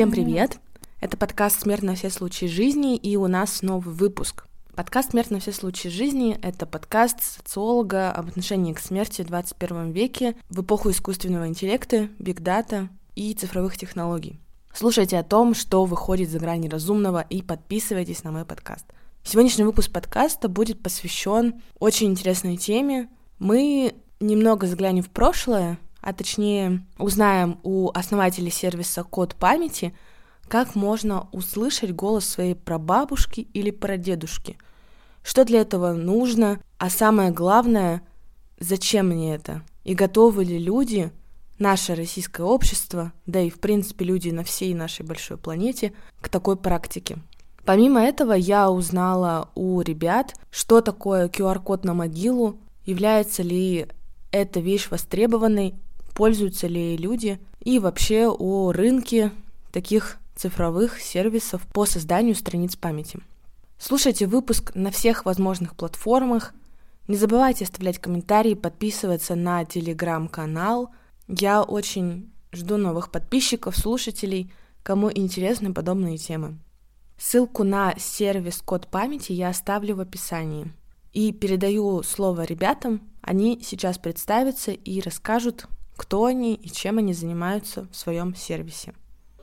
Всем привет! Это подкаст «Смерть на все случаи жизни», и у нас новый выпуск. Подкаст «Смерть на все случаи жизни» — это подкаст социолога об отношении к смерти в 21 веке в эпоху искусственного интеллекта, бигдата и цифровых технологий. Слушайте о том, что выходит за грани разумного, и подписывайтесь на мой подкаст. Сегодняшний выпуск подкаста будет посвящен очень интересной теме. Мы немного заглянем в прошлое, а точнее узнаем у основателей сервиса «Код памяти», как можно услышать голос своей прабабушки или прадедушки, что для этого нужно, а самое главное, зачем мне это, и готовы ли люди, наше российское общество, да и в принципе люди на всей нашей большой планете, к такой практике. Помимо этого, я узнала у ребят, что такое QR-код на могилу, является ли эта вещь востребованной, пользуются ли люди, и вообще о рынке таких цифровых сервисов по созданию страниц памяти. Слушайте выпуск на всех возможных платформах. Не забывайте оставлять комментарии, подписываться на телеграм-канал. Я очень жду новых подписчиков, слушателей, кому интересны подобные темы. Ссылку на сервис «Код памяти» я оставлю в описании. И передаю слово ребятам. Они сейчас представятся и расскажут, кто они и чем они занимаются в своем сервисе.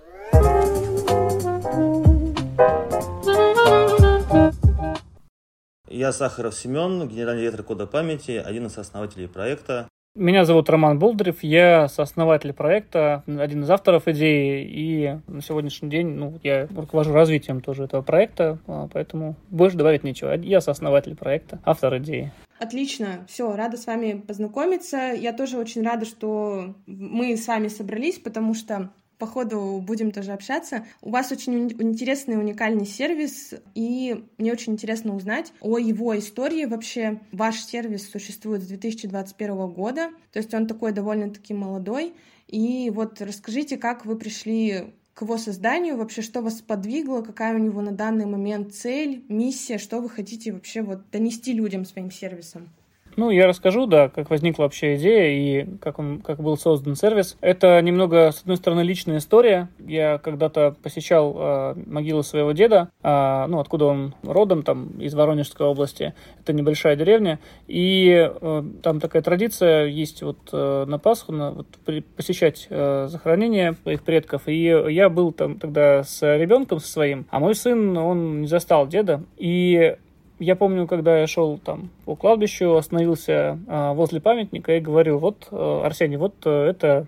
Я Сахаров Семен, генеральный директор «Кода памяти», один из основателей проекта. Меня зовут Роман Болдырев, я сооснователь проекта, один из авторов идеи, и на сегодняшний день я руковожу развитием тоже этого проекта, поэтому больше добавить нечего. Я сооснователь проекта, автор идеи. Отлично, все, рада с вами познакомиться. Я тоже очень рада, что мы с вами собрались, потому что по ходу будем тоже общаться. У вас очень интересный, уникальный сервис, и мне очень интересно узнать о его истории вообще. Ваш сервис существует с 2021 года, то есть он такой довольно-таки молодой. И вот расскажите, как вы пришли к его созданию, вообще, что вас сподвигло, какая у него на данный момент цель, миссия, что вы хотите вообще донести людям своим сервисом? Я расскажу, как возникла вообще идея и как был создан сервис. Это немного, с одной стороны, личная история. Я когда-то посещал могилу своего деда, откуда он родом, там, из Воронежской области. Это небольшая деревня. И там такая традиция есть на Пасху посещать захоронение своих предков. И я был там тогда с ребенком со своим, а мой сын, он не застал деда. И я помню, когда я шел там по кладбищу, остановился возле памятника и говорил: Арсений, это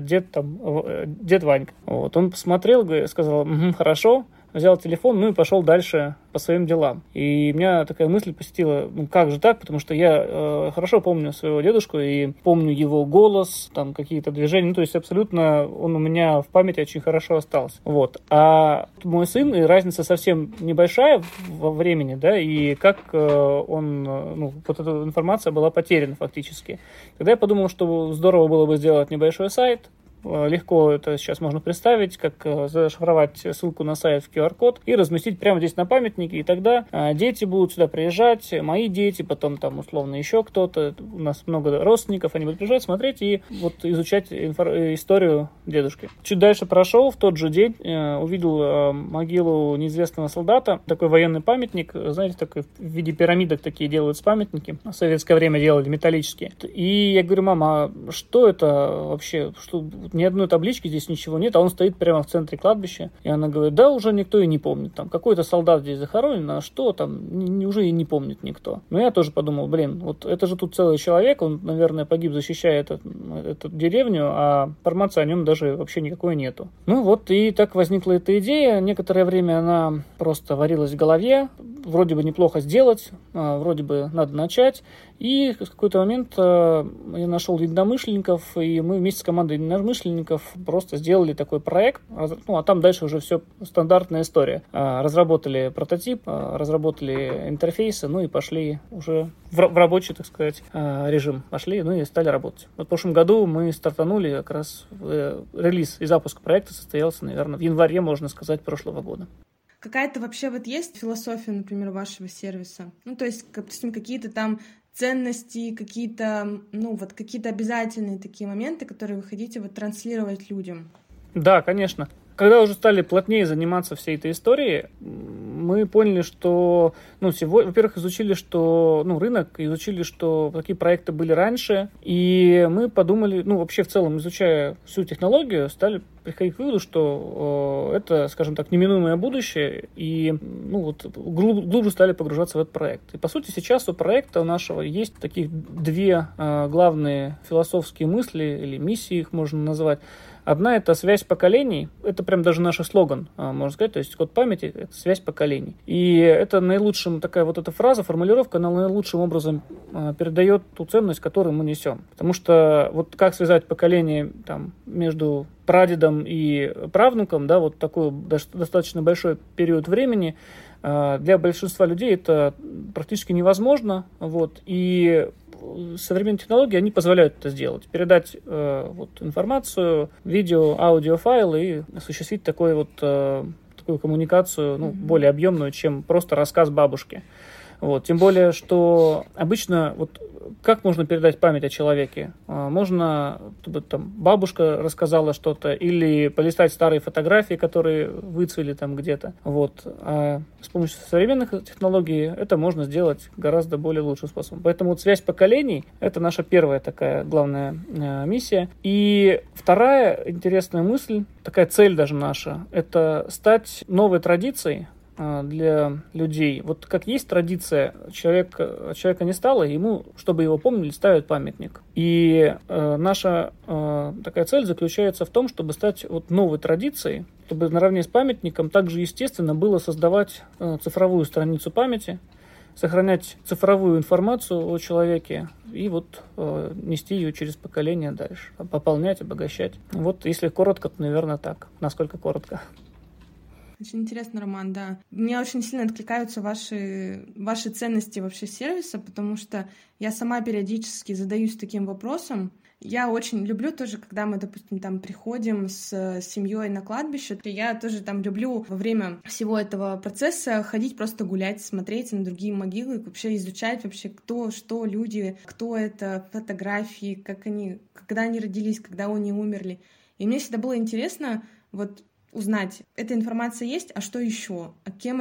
дед Ванька. Он посмотрел, сказал: хорошо, взял телефон, и пошел дальше по своим делам. И меня такая мысль посетила: как же так? Потому что я хорошо помню своего дедушку и помню его голос, там какие-то движения, то есть абсолютно он у меня в памяти очень хорошо остался. А мой сын, и разница совсем небольшая во времени, и как эта информация была потеряна фактически. Тогда я подумал, что здорово было бы сделать небольшой сайт. Легко это сейчас можно представить, как зашифровать ссылку на сайт в QR-код и разместить прямо здесь на памятнике, и тогда дети будут сюда приезжать, мои дети, потом там условно еще кто-то, у нас много родственников, они будут приезжать, смотреть и изучать историю дедушки. Чуть дальше прошел, в тот же день увидел могилу неизвестного солдата, такой военный памятник, знаете, такой в виде пирамидок такие делаются памятники, в советское время делали, металлические. И я говорю: мама, а что это вообще, что ни одной таблички здесь ничего нет, а он стоит прямо в центре кладбища. И она говорит: да, уже никто и не помнит. Там какой-то солдат здесь захоронен, а что там, уже и не помнит никто. Но я тоже подумал: это же тут целый человек, он, наверное, погиб, защищая эту деревню, а информации о нем даже вообще никакой нету. И так возникла эта идея. Некоторое время она просто варилась в голове. Вроде бы неплохо сделать, вроде бы надо начать. И в какой-то момент я нашел единомышленников, и мы вместе с командой единомышленников просто сделали такой проект, а там дальше уже все стандартная история. Разработали прототип, разработали интерфейсы, и пошли уже в рабочий, так сказать, режим. Пошли, и стали работать. В прошлом году мы стартанули, как раз релиз и запуск проекта состоялся, наверное, в январе, можно сказать, прошлого года. Какая-то вообще есть философия, например, вашего сервиса? То есть, допустим, какие-то там ценности, какие-то, какие-то обязательные такие моменты, которые вы хотите транслировать людям? Да, конечно. когда уже стали плотнее заниматься всей этой историей, мы поняли, что, во-первых, изучили, что, рынок, изучили, что такие проекты были раньше, и мы подумали, вообще в целом, изучая всю технологию, стали приходить к выводу, что это, скажем так, неминуемое будущее, и, глубже стали погружаться в этот проект. И, по сути, сейчас у проекта нашего есть таких две главные философские мысли, или миссии их можно назвать. Одна – это связь поколений, это прям даже наш слоган, можно сказать, то есть код памяти – это связь поколений. И это наилучшим, такая вот эта фраза, формулировка, она наилучшим образом передает ту ценность, которую мы несем. Потому что вот как связать поколение там, между прадедом и правнуком, да, вот такой достаточно большой период времени, для большинства людей это практически невозможно, вот, и современные технологии, они позволяют это сделать. Передать информацию, видео, аудиофайлы и осуществить такую коммуникацию, более объемную, чем просто рассказ бабушки. Вот. Тем более, что обычно как можно передать память о человеке? Можно, чтобы там бабушка рассказала что-то, или полистать старые фотографии, которые выцвели там где-то. Вот. А с помощью современных технологий это можно сделать гораздо более лучшим способом. Поэтому связь поколений – это наша первая такая главная миссия. И вторая интересная мысль, такая цель даже наша, это стать новой традицией для людей. Вот как есть традиция, человека не стало, ему, чтобы его помнили, ставят памятник. И наша такая цель заключается в том, чтобы стать новой традицией, чтобы наравне с памятником также естественно было создавать цифровую страницу памяти, сохранять цифровую информацию о человеке и нести ее через поколение дальше, пополнять, обогащать. Если коротко, то, наверное, так. Насколько коротко? Очень интересно, Роман, да. Мне очень сильно откликаются ваши ценности вообще сервиса, потому что я сама периодически задаюсь таким вопросом. Я очень люблю тоже, когда мы, допустим, там приходим с семьей на кладбище, я тоже там люблю во время всего этого процесса ходить просто гулять, смотреть на другие могилы, вообще изучать вообще кто, что люди, кто это, фотографии, когда они родились, когда они умерли. И мне всегда было интересно узнать, эта информация есть, а что еще? А кем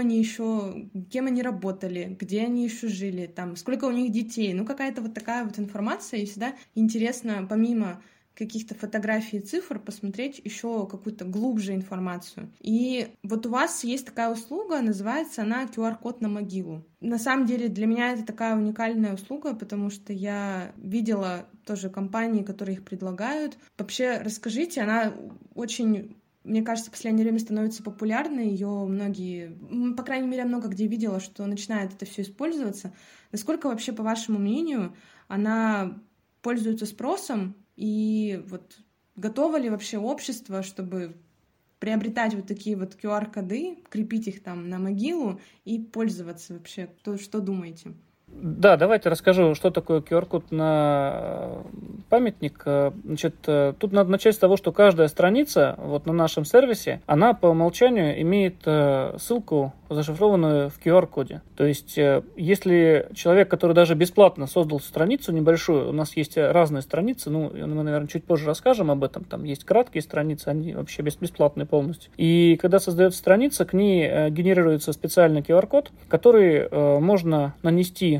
они работали, где они еще жили, там, сколько у них детей. Какая-то такая информация, и всегда интересно, помимо каких-то фотографий и цифр, посмотреть еще какую-то глубже информацию. И у вас есть такая услуга, называется она QR-код на могилу. На самом деле для меня это такая уникальная услуга, потому что я видела тоже компании, которые их предлагают. Вообще, расскажите, она очень... Мне кажется, в последнее время становится популярной, ее многие, по крайней мере, я много где видела, что начинает это все использоваться. Насколько вообще, по вашему мнению, она пользуется спросом, и готово ли вообще общество, чтобы приобретать такие QR-коды, крепить их там на могилу и пользоваться вообще? Что думаете? Да, давайте расскажу, что такое QR-код на памятник. Значит, тут надо начать с того, что каждая страница на нашем сервисе, она по умолчанию имеет ссылку, зашифрованную в QR-коде. То есть, если человек, который даже бесплатно создал страницу небольшую, у нас есть разные страницы, мы, наверное, чуть позже расскажем об этом, там есть краткие страницы, они вообще бесплатные полностью. И когда создается страница, к ней генерируется специальный QR-код, который можно нанести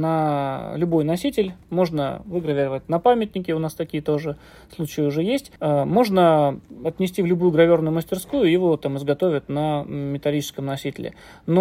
на любой носитель, можно выгравировать на памятники, у нас такие тоже случаи уже есть, можно отнести в любую граверную мастерскую, его там изготовят на металлическом носителе.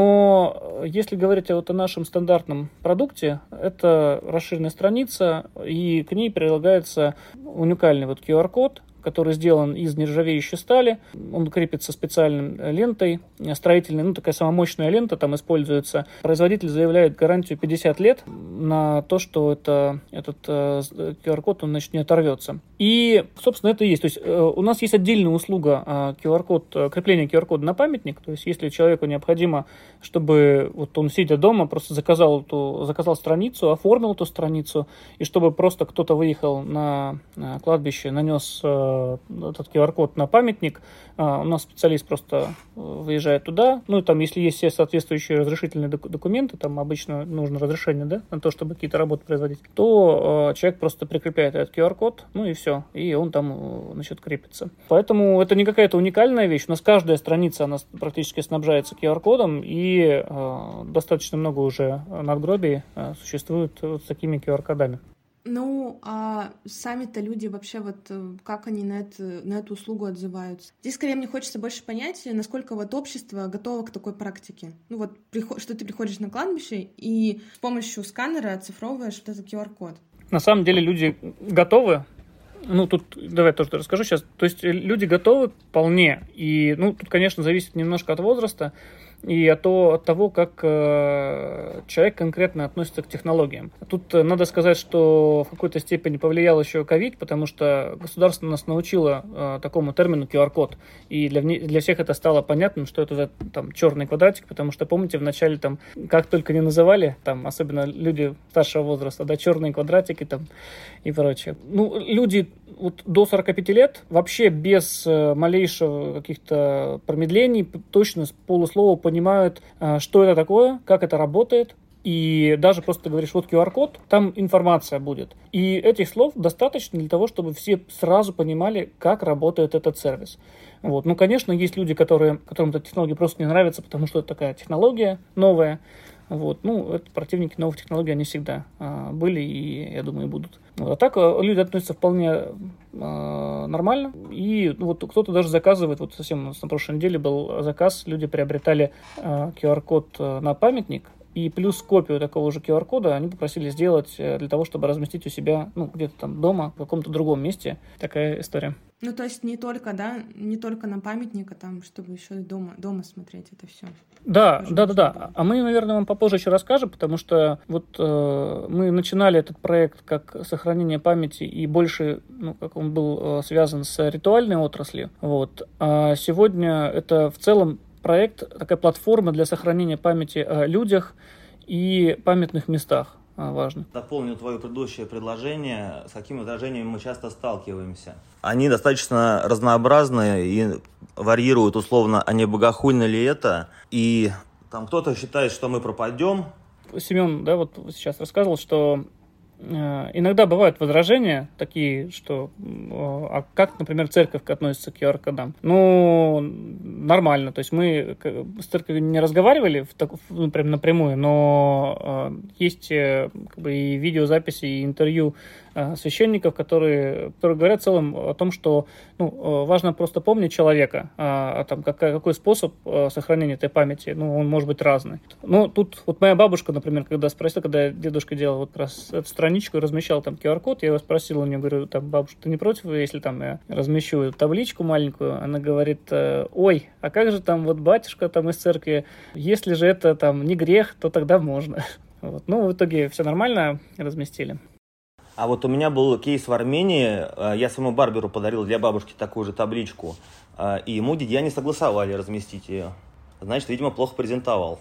Но если говорить о нашем стандартном продукте, это расширенная страница, и к ней прилагается уникальный QR-код, который сделан из нержавеющей стали. Он крепится специальной лентой строительной, такая самая мощная лента там используется. Производитель заявляет гарантию 50 лет на то, что этот QR-код он, не оторвется. И, собственно, это и есть. То есть у нас есть отдельная услуга крепления QR-кода на памятник. То есть если человеку необходимо, чтобы он, сидя дома, просто заказал страницу, оформил эту страницу, и чтобы просто кто-то выехал на кладбище, нанес этот QR-код на памятник, у нас специалист просто выезжает туда, ну и там, если есть все соответствующие разрешительные документы, там обычно нужно разрешение, да, на то, чтобы какие-то работы производить, то человек просто прикрепляет этот QR-код, ну и все, и он там, значит, крепится. Поэтому это не какая-то уникальная вещь, у нас каждая страница, она практически снабжается QR-кодом, и достаточно много уже надгробий существует вот с такими QR-кодами. Ну, а сами-то люди вообще вот как они на эту услугу отзываются? Здесь, скорее, мне хочется больше понять, насколько вот общество готово к такой практике. Ну вот, что ты приходишь на кладбище и с помощью сканера оцифровываешь вот этот QR-код. На самом деле люди готовы. Ну, тут давай тоже расскажу сейчас. То есть люди готовы вполне. И, ну, тут, конечно, зависит немножко от возраста и от того, как человек конкретно относится к технологиям. Тут надо сказать, что в какой-то степени повлиял еще ковид, потому что государство нас научило такому термину QR-код. И для всех это стало понятным, что это за там черный квадратик, потому что, помните, вначале там, как только не называли, там, особенно люди старшего возраста, да, черные квадратики там и прочее. Ну, люди вот до 45 лет вообще без малейшего каких-то промедлений точно с полуслова понимают, что это такое, как это работает. И даже просто ты говоришь, вот QR-код, там информация будет. И этих слов достаточно для того, чтобы все сразу понимали, как работает этот сервис. Вот. Ну, конечно, есть люди, которым эта технология просто не нравится, потому что это такая технология новая. Вот. Ну, это противники новых технологий, они всегда были и, я думаю, и будут. Вот. А так люди относятся вполне нормально. И вот кто-то даже заказывает, вот совсем у нас на прошлой неделе был заказ, люди приобретали QR-код на памятник, и плюс копию такого же QR-кода они попросили сделать для того, чтобы разместить у себя, ну, где-то там дома, в каком-то другом месте. Такая история. Ну, то есть не только на памятник, а там, чтобы еще и дома смотреть это все. Да. А мы, наверное, вам попозже еще расскажем, потому что вот мы начинали этот проект как сохранение памяти и больше, ну, как он был связан с ритуальной отраслью. Вот. А сегодня это в целом проект, такая платформа для сохранения памяти о людях и памятных местах. Важно. Дополню твое предыдущее предложение, с какими возражениями мы часто сталкиваемся. Они достаточно разнообразны и варьируют условно, а не богохульно ли это. И там кто-то считает, что мы пропадем. Семен, да, вот сейчас рассказывал, что иногда бывают возражения такие, что а как, например, церковь относится к QR-кодам? Ну, нормально. То есть мы с церковью не разговаривали прям напрямую, но есть как бы и видеозаписи, и интервью священников, которые говорят в целом о том, что важно просто помнить человека, там, какой способ сохранения этой памяти, он может быть разный. Но тут вот моя бабушка, например, когда дедушка делал вот как раз эту страничку и размещал там QR-код, я его спросил у нее, говорю, там, бабушка, ты не против, если там я размещу табличку маленькую? Она говорит, ой, а как же там вот батюшка там из церкви, если же это там не грех, то тогда можно. Вот. Ну, в итоге все нормально, разместили. А вот у меня был кейс в Армении, я своему барберу подарил для бабушки такую же табличку, и ему дядя не согласовали разместить ее. Значит, видимо, плохо презентовал.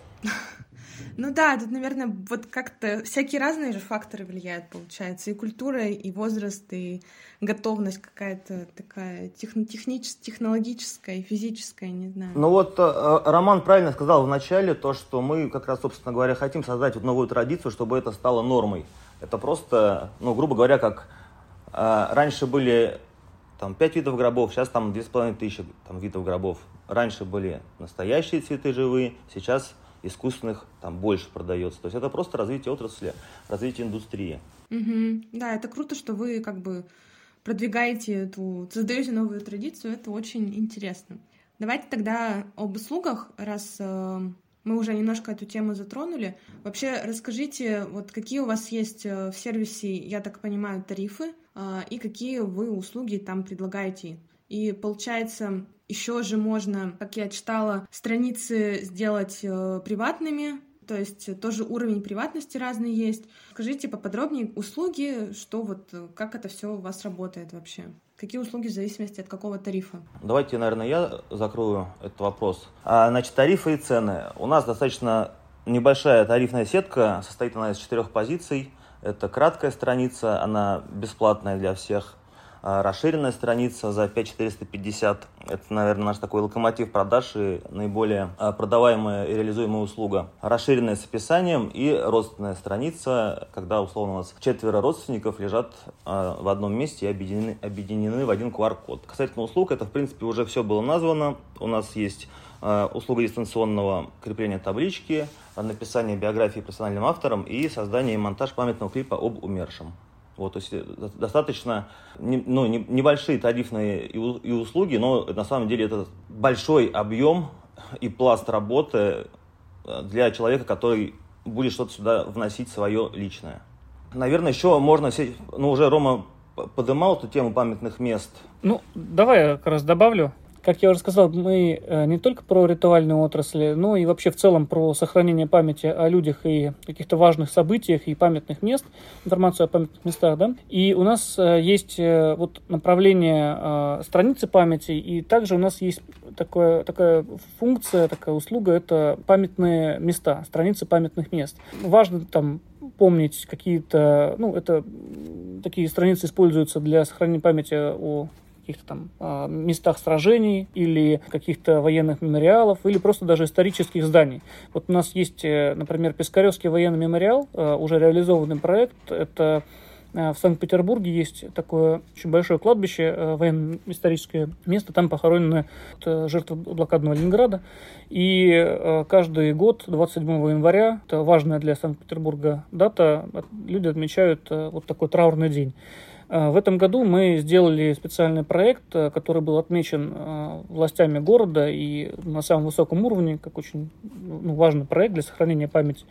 Ну да, тут, наверное, вот как-то всякие разные же факторы влияют, получается. И культура, и возраст, и готовность какая-то такая технологическая, и физическая, не знаю. Ну вот Роман правильно сказал в начале, то, что мы как раз, собственно говоря, хотим создать вот новую традицию, чтобы это стало нормой. Это просто, грубо говоря, как раньше были там 5 видов гробов, сейчас там 2500 там, видов гробов. Раньше были настоящие цветы живые, сейчас искусственных там больше продается. То есть это просто развитие отрасли, развитие индустрии. Угу. Да, это круто, что вы как бы продвигаете создаете новую традицию, это очень интересно. Давайте тогда об услугах, раз мы уже немножко эту тему затронули. Вообще расскажите, вот какие у вас есть в сервисе, я так понимаю, тарифы, и какие вы услуги там предлагаете. И получается, еще же можно, как я читала, страницы сделать приватными, то есть тоже уровень приватности разный есть. Скажите поподробнее услуги, как это все у вас работает вообще? Какие услуги в зависимости от какого тарифа? Давайте, наверное, я закрою этот вопрос. Значит, тарифы и цены. У нас достаточно небольшая тарифная сетка, состоит она из 4 позиций. Это краткая страница, она бесплатная для всех. расширенная страница за 5450. Это, наверное, наш такой локомотив продаж и наиболее продаваемая и реализуемая услуга. Расширенная с описанием и родственная страница, когда, условно, у нас 4 родственников лежат в одном месте и объединены в один QR-код. Касательно услуг, это, в принципе, уже все было названо. У нас есть услуга дистанционного крепления таблички, написание биографии профессиональным автором и создание и монтаж памятного клипа об умершем. Вот, то есть достаточно небольшие тарифные и услуги, но на самом деле это большой объем и пласт работы для человека, который будет что-то сюда вносить свое личное. Наверное, еще можно, уже Рома поднимал эту тему памятных мест. Давай я как раз добавлю. Как я уже сказал, мы не только про ритуальную отрасль, но и вообще в целом про сохранение памяти о людях и каких-то важных событиях и памятных мест, информацию о памятных местах, да. И у нас есть направление страницы памяти, и также у нас есть такая функция, такая услуга, это памятные места, страницы памятных мест. Важно там помнить какие-то, это такие страницы используются для сохранения памяти о каких-то там местах сражений или каких-то военных мемориалов, или просто даже исторических зданий. Вот у нас есть, например, Пискаревский военный мемориал, уже реализованный проект. Это в Санкт-Петербурге есть такое очень большое кладбище, военно-историческое место, там похоронены жертвы блокадного Ленинграда. И каждый год, 27 января, это важная для Санкт-Петербурга дата, люди отмечают вот такой траурный день. В этом году мы сделали специальный проект, который был отмечен властями города и на самом высоком уровне, как очень важный проект для сохранения памяти.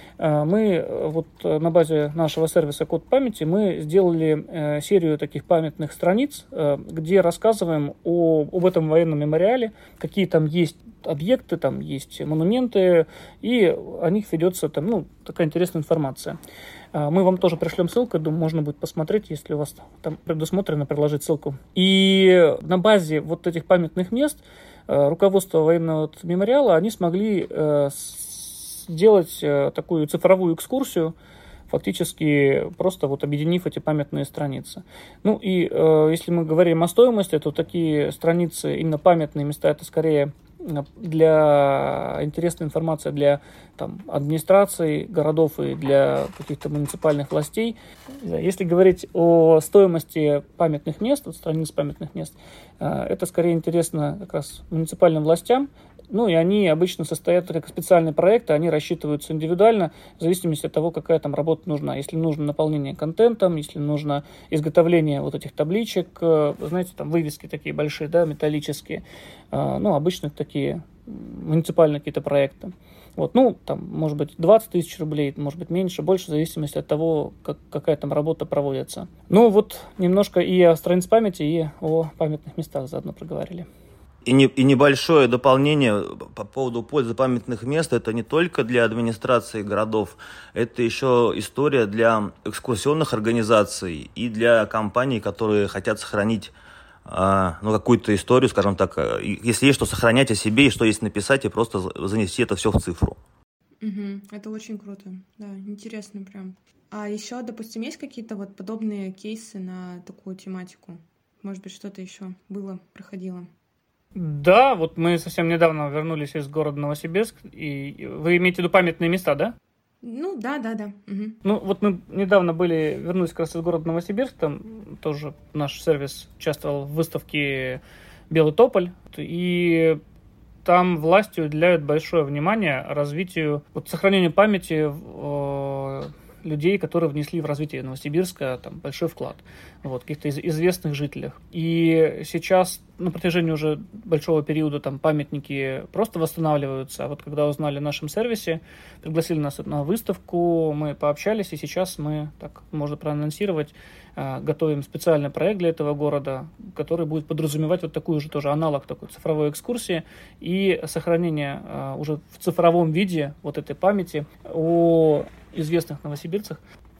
Мы на базе нашего сервиса «Код памяти» мы сделали серию таких памятных страниц, где рассказываем об этом военном мемориале, какие там есть объекты, там есть монументы, и о них ведется такая интересная информация. Мы вам тоже пришлем ссылку, думаю, можно будет посмотреть, если у вас там предусмотрено приложить ссылку. И на базе вот этих памятных мест руководство военного мемориала, они смогли сделать такую цифровую экскурсию, фактически просто объединив эти памятные страницы. Если мы говорим о стоимости, то такие страницы, именно памятные места, это скорее для интересной информации для администраций городов и для каких-то муниципальных властей. Если говорить о стоимости памятных мест, страниц памятных мест, это скорее интересно как раз муниципальным властям. И они обычно состоят как специальные проекты, они рассчитываются индивидуально в зависимости от того, какая там работа нужна. Если нужно наполнение контентом, если нужно изготовление этих табличек, знаете, там вывески такие большие, да, металлические, обычно такие муниципальные какие-то проекты. Может быть, 20 тысяч рублей, может быть, меньше, больше, в зависимости от того, какая там работа проводится. Немножко и о странице памяти, и о памятных местах заодно проговорили. И небольшое дополнение по поводу пользы памятных мест. Это не только для администрации городов, это еще история для экскурсионных организаций и для компаний, которые хотят сохранить какую-то историю, скажем так, если есть что сохранять о себе и что есть написать, и просто занести это все в цифру. Это очень круто, да, интересно прям. А еще, допустим, есть какие-то подобные кейсы на такую тематику? Может быть, что-то еще проходило? Да, мы совсем недавно вернулись из города Новосибирск, и вы имеете в виду памятные места, да? Да. Угу. Мы недавно вернулись как раз из города Новосибирск, там тоже наш сервис участвовал в выставке «Белый тополь», и там власти уделяют большое внимание развитию, сохранению памяти людей, которые внесли в развитие Новосибирска большой вклад, каких-то известных жителях. И сейчас на протяжении уже большого периода памятники просто восстанавливаются. А когда узнали о нашем сервисе, пригласили нас на выставку, мы пообщались, и сейчас мы, так можно проанонсировать, готовим специальный проект для этого города, который будет подразумевать такую же тоже аналог такой цифровой экскурсии и сохранение уже в цифровом виде этой памяти о известных новосибирцах.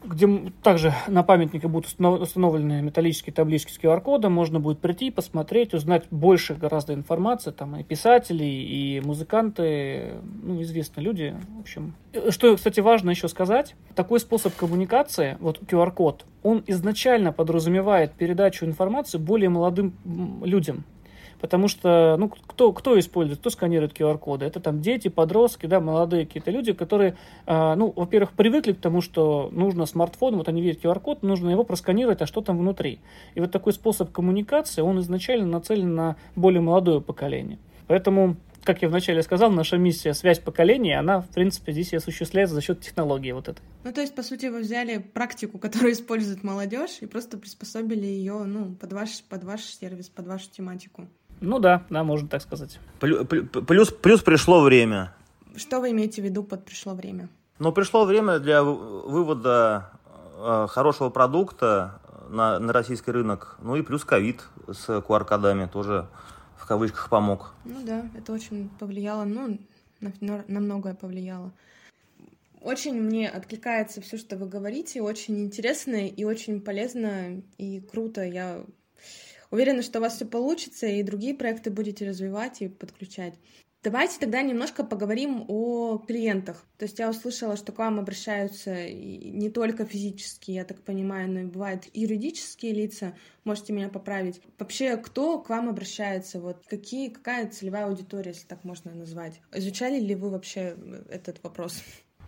где также на памятнике будут установлены металлические таблички с QR-кодом, можно будет прийти, посмотреть, узнать больше гораздо информации, там и писатели, и музыканты, известные люди, в общем. Что, кстати, важно еще сказать, такой способ коммуникации, вот QR-код, он изначально подразумевает передачу информации более молодым людям. Потому что, кто использует, кто сканирует QR-коды? Это там дети, подростки, да, молодые какие-то люди, которые, во-первых, привыкли к тому, что нужно смартфон, вот они видят QR-код, нужно его просканировать, а что там внутри? И вот такой способ коммуникации, он изначально нацелен на более молодое поколение. Поэтому, как я вначале сказал, наша миссия «Связь поколений», она, в принципе, здесь и осуществляется за счет технологии вот этой. То есть, по сути, вы взяли практику, которую использует молодежь, и просто приспособили ее, под ваш сервис, под вашу тематику. Да, можно так сказать. Плюс пришло время. Что вы имеете в виду под «пришло время»? Пришло время для вывода хорошего продукта на российский рынок. И плюс ковид с QR-кодами тоже в кавычках помог. Да, это очень повлияло, на многое повлияло. Очень мне откликается все, что вы говорите, очень интересно и очень полезно и круто. Я уверена, что у вас все получится, и другие проекты будете развивать и подключать. Давайте тогда немножко поговорим о клиентах. То есть я услышала, что к вам обращаются не только физические, я так понимаю, но и бывают юридические лица. Можете меня поправить. Вообще, кто к вам обращается? Какая целевая аудитория, если так можно назвать? Изучали ли вы вообще этот вопрос?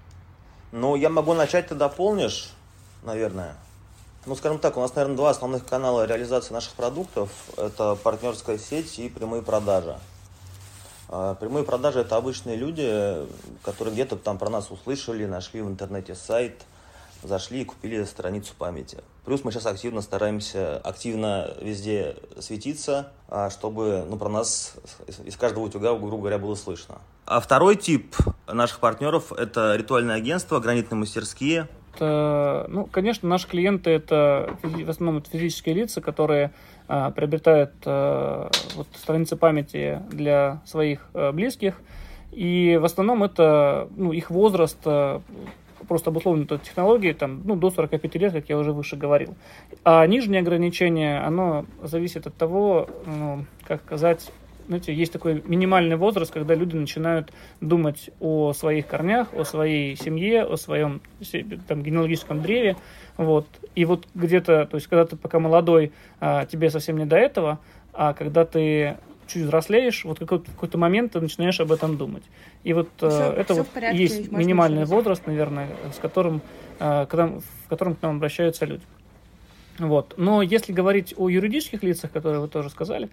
Я могу начать, ты дополнишь, наверное. Скажем так, у нас, наверное, два основных канала реализации наших продуктов. Это партнерская сеть и прямые продажи. Прямые продажи – это обычные люди, которые где-то там про нас услышали, нашли в интернете сайт, зашли и купили страницу памяти. Плюс мы сейчас стараемся везде светиться, чтобы про нас из каждого утюга, грубо говоря, было слышно. А второй тип наших партнеров – это ритуальные агентства, гранитные мастерские. Конечно, наши клиенты – это в основном физические лица, которые приобретают страницы памяти для своих близких. И в основном это их возраст просто обусловлен этой технологией до 45 лет, как я уже выше говорил. А нижнее ограничение, оно зависит от того, как сказать, есть такой минимальный возраст, когда люди начинают думать о своих корнях, о своей семье, о своем генеалогическом древе. И где-то, то есть когда ты пока молодой, тебе совсем не до этого, а когда ты чуть взрослеешь, в какой-то момент ты начинаешь об этом думать. И это порядке, есть минимальный возраст, наверное, в котором к нам обращаются люди. Но если говорить о юридических лицах, которые вы тоже сказали,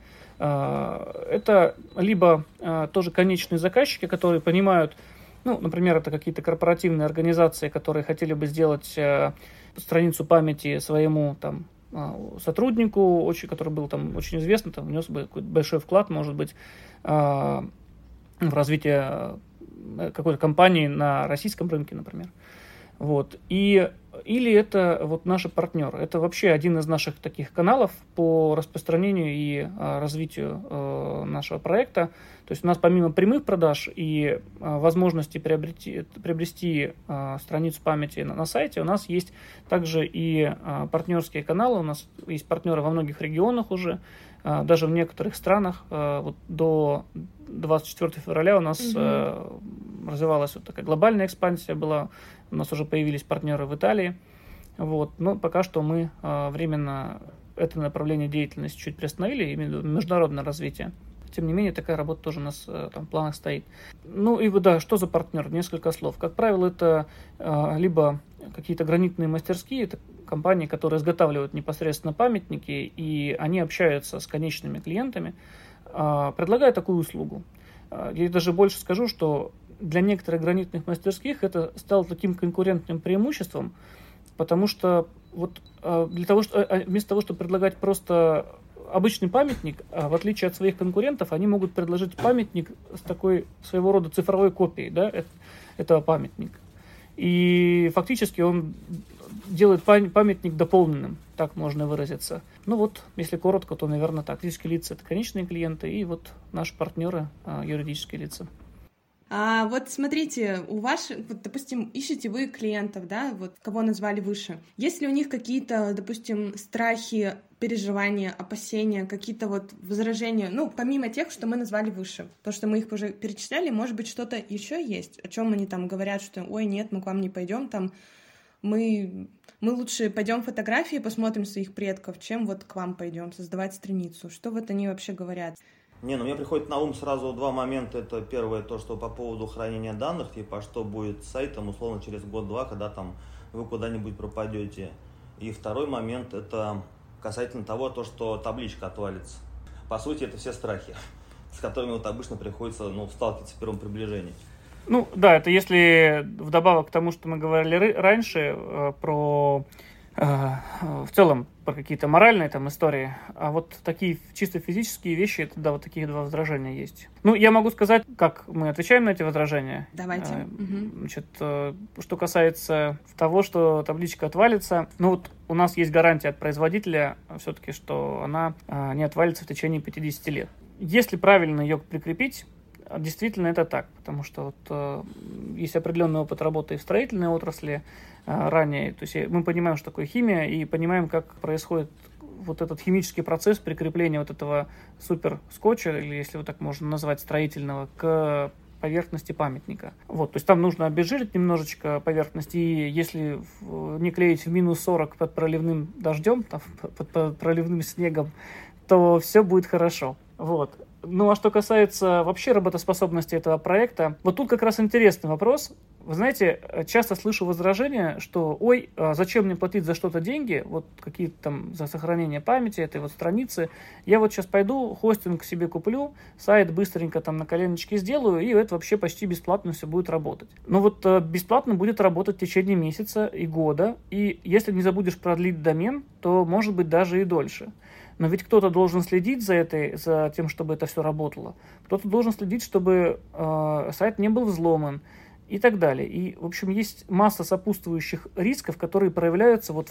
это либо тоже конечные заказчики, которые понимают, например, это какие-то корпоративные организации, которые хотели бы сделать страницу памяти своему сотруднику, который был очень известный, внес бы какой-то большой вклад, может быть, в развитие какой-то компании на российском рынке, например. Или это наши партнеры. Это вообще один из наших таких каналов по распространению и развитию нашего проекта. То есть у нас помимо прямых продаж и возможности приобрести страницу памяти на сайте, у нас есть также и партнерские каналы. У нас есть партнеры во многих регионах уже, даже в некоторых странах. До 24 февраля у нас развивалась такая глобальная экспансия была. У нас уже появились партнеры в Италии. Но пока что мы временно это направление деятельности чуть приостановили, именно международное развитие. Тем не менее, такая работа тоже у нас в планах стоит. Что за партнер? Несколько слов. Как правило, это либо какие-то гранитные мастерские, это компании, которые изготавливают непосредственно памятники, и они общаются с конечными клиентами, предлагая такую услугу. Я даже больше скажу, что для некоторых гранитных мастерских это стало таким конкурентным преимуществом, потому что вместо того, чтобы предлагать просто обычный памятник, в отличие от своих конкурентов, они могут предложить памятник с такой своего рода цифровой копией, этого памятника. И фактически он делает памятник дополненным, так можно выразиться. Если коротко, то, наверное, так. Физические лица – это конечные клиенты, и наши партнеры – юридические лица. А вот смотрите, у ваших, вот, допустим, ищете вы клиентов, да, вот кого назвали выше. Есть ли у них какие-то, допустим, страхи, переживания, опасения, какие-то вот возражения, ну, помимо тех, что мы назвали выше, то, что мы их уже перечисляли, может быть, что-то еще есть, о чем они там говорят, что, ой, нет, мы к вам не пойдем, там, мы лучше пойдем фотографии, посмотрим своих предков, чем вот к вам пойдем создавать страницу. Что вот они вообще говорят? Не, ну мне приходит на ум сразу два момента. Это первое, то, что по поводу хранения данных, типа, что будет с сайтом, условно, через год-два, когда там вы куда-нибудь пропадете. И второй момент, это касательно того, то, что табличка отвалится. По сути, это все страхи, с которыми вот обычно приходится, сталкиваться в первом приближении. Ну, да, это если вдобавок к тому, что мы говорили раньше про в целом про какие-то моральные там истории, а вот такие чисто физические вещи, это, да, вот такие два возражения есть. Ну, я могу сказать, как мы отвечаем на эти возражения. Давайте. Значит, что касается того, что табличка отвалится, ну вот у нас есть гарантия от производителя все-таки, что она не отвалится в течение 50 лет. Если правильно ее прикрепить, действительно это так, потому что вот, есть определенный опыт работы и в строительной отрасли ранее, то есть мы понимаем, что такое химия, и понимаем, как происходит вот этот химический процесс прикрепления вот этого суперскотча, или если вот так можно назвать, строительного, к поверхности памятника. Вот, то есть там нужно обезжирить немножечко поверхность, и если не клеить в минус 40 под проливным дождем, там, под проливным снегом, то все будет хорошо. Вот. Ну, а что касается вообще работоспособности этого проекта, вот тут как раз интересный вопрос. Вы знаете, часто слышу возражения, что, ой, зачем мне платить за что-то деньги, вот какие-то там за сохранение памяти этой вот страницы, я вот сейчас пойду, хостинг себе куплю, сайт быстренько там на коленочке сделаю, и это вообще почти бесплатно все будет работать. Но вот бесплатно будет работать в течение месяца и года, и если не забудешь продлить домен, то может быть даже и дольше. Но ведь кто-то должен следить за тем, чтобы это все работало. Кто-то должен следить, чтобы сайт не был взломан и так далее. И, в общем, есть масса сопутствующих рисков, которые проявляются вот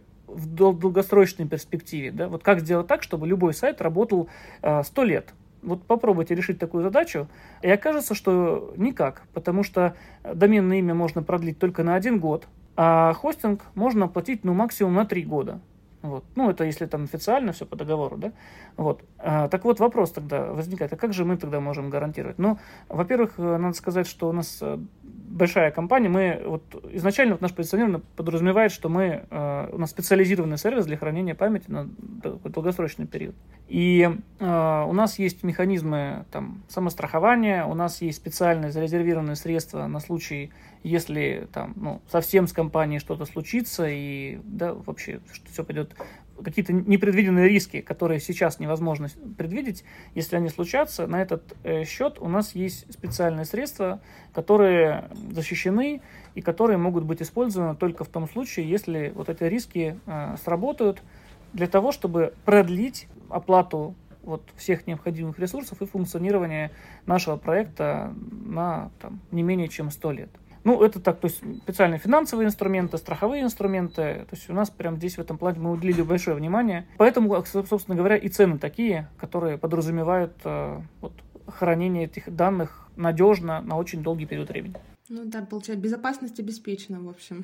в долгосрочной перспективе. Да? Вот как сделать так, чтобы любой сайт работал 100 лет. Вот попробуйте решить такую задачу, и окажется, что никак, потому что доменное имя можно продлить только на 1 год, а хостинг можно оплатить максимум на 3 года. Вот. Ну, это если там официально все по договору, да? Вот. Так вот, вопрос тогда возникает, а как же мы тогда можем гарантировать? Ну, во-первых, надо сказать, что у нас большая компания, мы вот изначально наше позиционирование подразумевает, что у нас специализированный сервис для хранения памяти на долгосрочный период. И у нас есть механизмы там самострахования, у нас есть специальные зарезервированные средства на случай, если там, совсем с компанией что-то случится, и да, вообще, что все пойдет, какие-то непредвиденные риски, которые сейчас невозможно предвидеть, если они случатся, на этот счет у нас есть специальные средства, которые защищены и которые могут быть использованы только в том случае, если вот эти риски сработают, для того, чтобы продлить оплату вот всех необходимых ресурсов и функционирование нашего проекта на не менее чем 100 лет. Ну, это так, то есть специальные финансовые инструменты, страховые инструменты. То есть у нас прямо здесь в этом плане мы уделили большое внимание. Поэтому, собственно говоря, и цены такие, которые подразумевают хранение этих данных надежно на очень долгий период времени. Ну да, получается, безопасность обеспечена, в общем.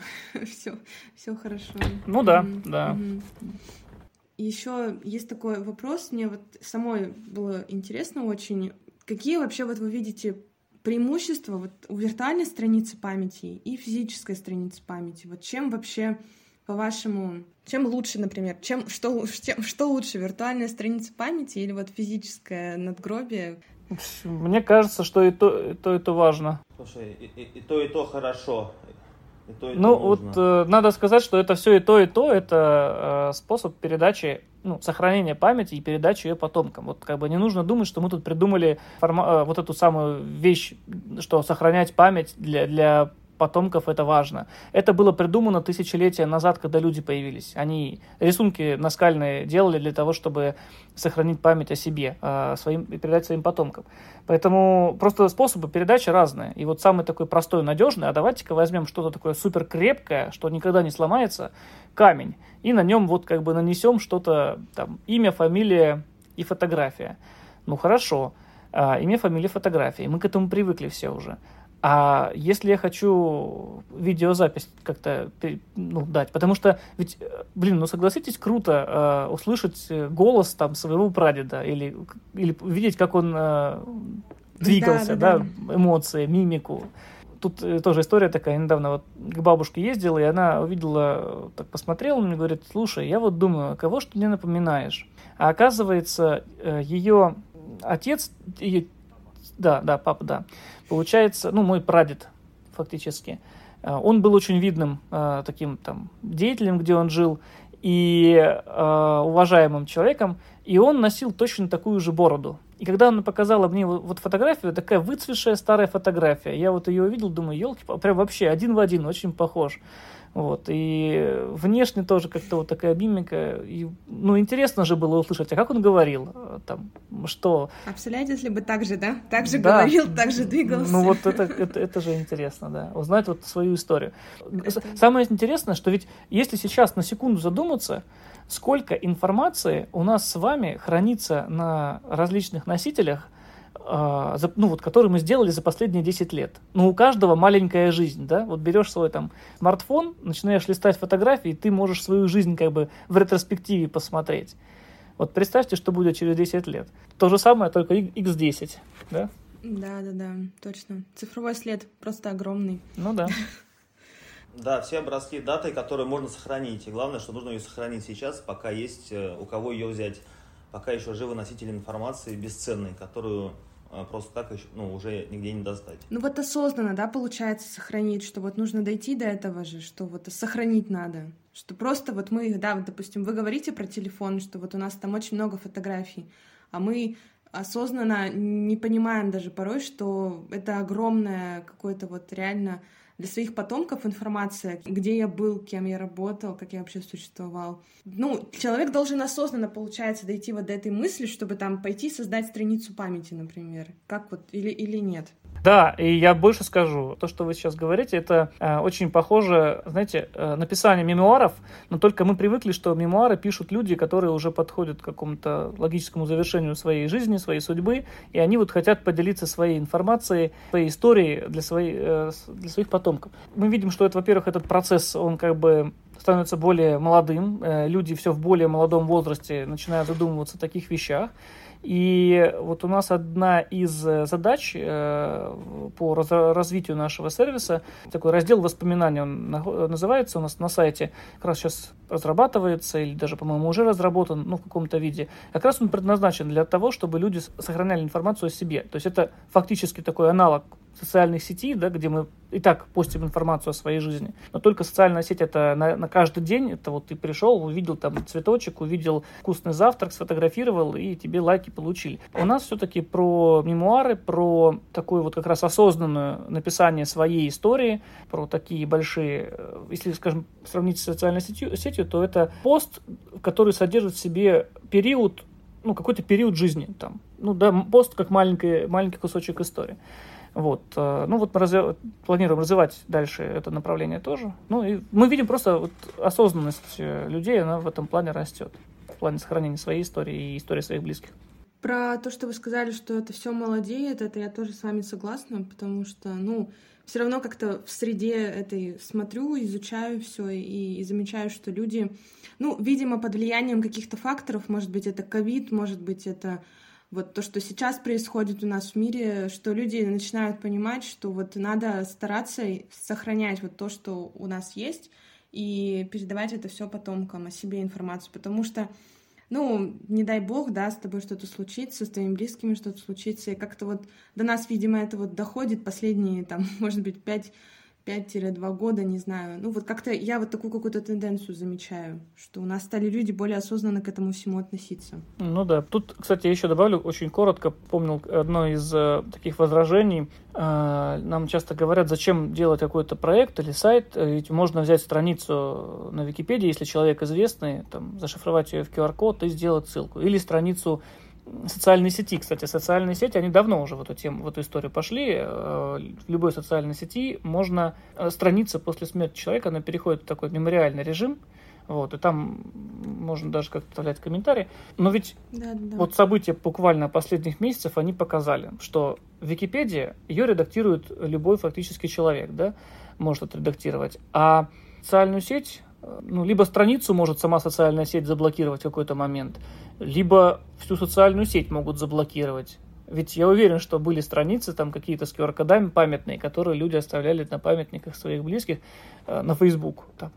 Все хорошо. Ну да, да. Еще есть такой вопрос, мне вот самой было интересно очень. Какие вообще вот вы видите преимущества вот у виртуальной страницы памяти и физической страницы памяти? Вот чем вообще, по-вашему, чем лучше, например, что лучше, виртуальная страница памяти или вот физическое надгробие? Мне кажется, что и то важно. Слушай, и то хорошо. И то вот надо сказать, что это все и то, это способ передачи, сохранения памяти и передачи ее потомкам. Вот как бы не нужно думать, что мы тут придумали вот эту самую вещь, что сохранять память для потомков это важно. Это было придумано тысячелетия назад, когда люди появились. Они рисунки наскальные делали для того, чтобы сохранить память о себе, и передать своим потомкам. Поэтому просто способы передачи разные. И вот самый такой простой, надежный, а давайте-ка возьмем что-то такое суперкрепкое, что никогда не сломается, камень, и на нем вот как бы нанесем что-то, там, имя, фамилия и фотография. Ну хорошо. имя, фамилия, фотографии. Мы к этому привыкли все уже. А если я хочу видеозапись как-то дать, потому что, ведь, согласитесь, круто услышать голос там своего прадеда или видеть, как он двигался, да, эмоции, мимику. Тут тоже история такая, я недавно вот к бабушке ездила, и она увидела, так посмотрела на меня, говорит: слушай, я вот думаю, кого ж ты мне напоминаешь? А оказывается, ее отец, папа, да, получается, мой прадед фактически, он был очень видным таким там деятелем, где он жил, и уважаемым человеком, и он носил точно такую же бороду. И когда она показала мне вот фотографию, такая выцветшая старая фотография, я вот ее увидел, думаю, елки, прям вообще один в один, очень похож. Вот, и внешне тоже как-то вот такая мимика. И, интересно же было услышать, а как он говорил, там, что... А представляете, если бы так же, да? Так же говорил, так же двигался. Вот это же интересно, да, узнать вот свою историю. Самое интересное, что ведь если сейчас на секунду задуматься, сколько информации у нас с вами хранится на различных носителях, которые мы сделали за последние 10 лет. У каждого маленькая жизнь, да? Вот берешь свой там смартфон, начинаешь листать фотографии, и ты можешь свою жизнь как бы в ретроспективе посмотреть. Вот представьте, что будет через 10 лет. То же самое, только x10, да? Да, точно. Цифровой след просто огромный. Да. Да, все образки даты, которые можно сохранить. И главное, что нужно ее сохранить сейчас, пока есть у кого ее взять. Пока еще живы носители информации бесценной, которую просто так уже нигде не достать. Вот осознанно, да, получается сохранить, что вот нужно дойти до этого же, что вот сохранить надо. Что просто вот мы, да, вот, допустим, вы говорите про телефон, что вот у нас там очень много фотографий, а мы осознанно не понимаем даже порой, что это огромное какое-то вот реально для своих потомков информация, где я был, кем я работал, как я вообще существовал. Человек должен осознанно, получается, дойти вот до этой мысли, чтобы там пойти создать страницу памяти, например. Как вот, или нет? Да, и я больше скажу. То, что вы сейчас говорите, это очень похоже, знаете, написание мемуаров, но только мы привыкли, что мемуары пишут люди, которые уже подходят к какому-то логическому завершению своей жизни, своей судьбы, и они вот хотят поделиться своей информацией, своей историей для своих потомков. Мы видим, что это, во-первых, этот процесс, он как бы становится более молодым, люди все в более молодом возрасте начинают задумываться о таких вещах. И вот у нас одна из задач по развитию нашего сервиса, такой раздел воспоминаний, он называется у нас на сайте, как раз сейчас разрабатывается, или даже, по-моему, уже разработан, в каком-то виде. Как раз он предназначен для того, чтобы люди сохраняли информацию о себе. То есть это фактически такой аналог социальных сетей, да, где мы и так постим информацию о своей жизни. Но только социальная сеть это на каждый день. Это вот ты пришел, увидел там цветочек, увидел вкусный завтрак, сфотографировал, и тебе лайки получили. У нас все-таки про мемуары, про такое вот как раз осознанное написание своей истории, про такие большие, если, скажем, сравнить с социальной сетью, то это пост, который содержит в себе период, какой-то период жизни. Там. Пост как маленький кусочек истории. Вот. Мы планируем развивать дальше это направление тоже. И мы видим просто вот осознанность людей, она в этом плане растет. В плане сохранения своей истории и истории своих близких. Про то, что вы сказали, что это все молодеет, это я тоже с вами согласна, потому что, все равно как-то в среде этой смотрю, изучаю все и замечаю, что люди, видимо, под влиянием каких-то факторов, может быть, это ковид, может быть, это вот то, что сейчас происходит у нас в мире, что люди начинают понимать, что вот надо стараться сохранять вот то, что у нас есть, и передавать это все потомкам, о себе информацию, потому что, не дай бог, да, с тобой что-то случится, с твоими близкими что-то случится, и как-то вот до нас, видимо, это вот доходит последние, может быть, 5-2 года, не знаю. Как-то я вот такую какую-то тенденцию замечаю, что у нас стали люди более осознанно к этому всему относиться. Да. Тут, кстати, я еще добавлю, очень коротко, помнил одно из таких возражений. Нам часто говорят, зачем делать какой-то проект или сайт, ведь можно взять страницу на Википедии, если человек известный, зашифровать ее в QR-код и сделать ссылку. Или страницу социальные сети. Кстати, социальные сети, они давно уже в эту историю пошли. В любой социальной сети можно страница после смерти человека, она переходит в такой мемориальный режим. Вот, и там можно даже как-то вставлять комментарии. Но ведь вот события буквально последних месяцев, они показали, что Википедия, ее редактирует любой фактически человек, да, может отредактировать. А социальную сеть, либо страницу может сама социальная сеть заблокировать в какой-то момент, либо всю социальную сеть могут заблокировать. Ведь я уверен, что были страницы там какие-то с QR-кодами памятные, которые люди оставляли на памятниках своих близких на Facebook. Там.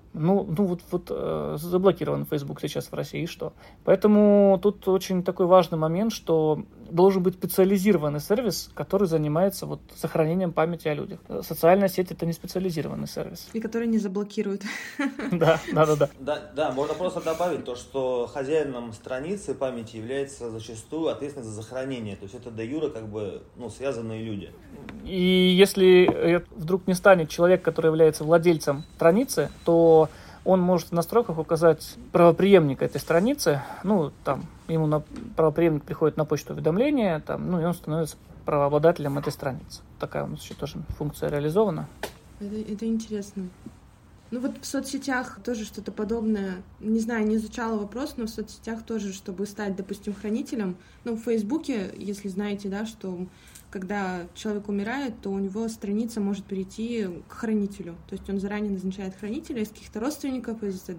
Заблокирован Facebook сейчас в России, и что? Поэтому тут очень такой важный момент, что должен быть специализированный сервис, который занимается вот сохранением памяти о людях. Социальная сеть — это не специализированный сервис. И который не заблокирует. Да. Да, можно просто добавить то, что хозяином страницы памяти является зачастую ответственность за сохранение. То есть это де юре связанные люди. И если вдруг не станет человек, который является владельцем страницы, то он может в настройках указать правопреемника этой страницы. Ему правопреемник приходит на почту уведомления, и он становится правообладателем этой страницы. Такая у нас еще тоже функция реализована. Это интересно. В соцсетях тоже что-то подобное. Не знаю, не изучала вопрос, но в соцсетях тоже, чтобы стать, допустим, хранителем. В Фейсбуке, если знаете, да, что когда человек умирает, то у него страница может перейти к хранителю. То есть он заранее назначает хранителя из каких-то родственников,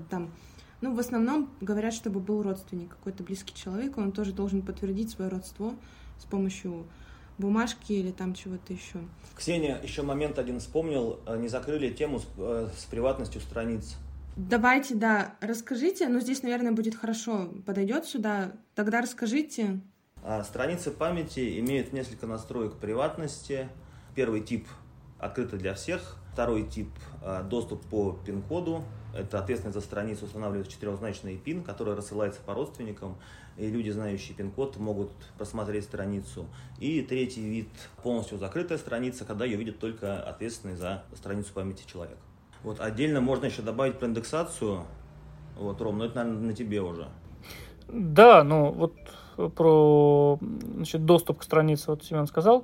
в основном говорят, чтобы был родственник, какой-то близкий человек, он тоже должен подтвердить свое родство с помощью бумажки или там чего-то еще. Ксения, еще момент один вспомнил, не закрыли тему с приватностью страниц. Давайте, расскажите, здесь, наверное, будет хорошо, подойдет сюда, тогда расскажите. Страницы памяти имеют несколько настроек приватности. Первый тип — открыто для всех. Второй тип — доступ по пин-коду. Это ответственность за страницу устанавливает четырехзначный пин, который рассылается по родственникам, и люди, знающие пин-код, могут просмотреть страницу. И третий вид — полностью закрытая страница, когда ее видит только ответственный за страницу памяти человек. Отдельно можно еще добавить про индексацию. Ром, но это, наверное, на тебе уже. Да, про доступ к странице, Семен сказал.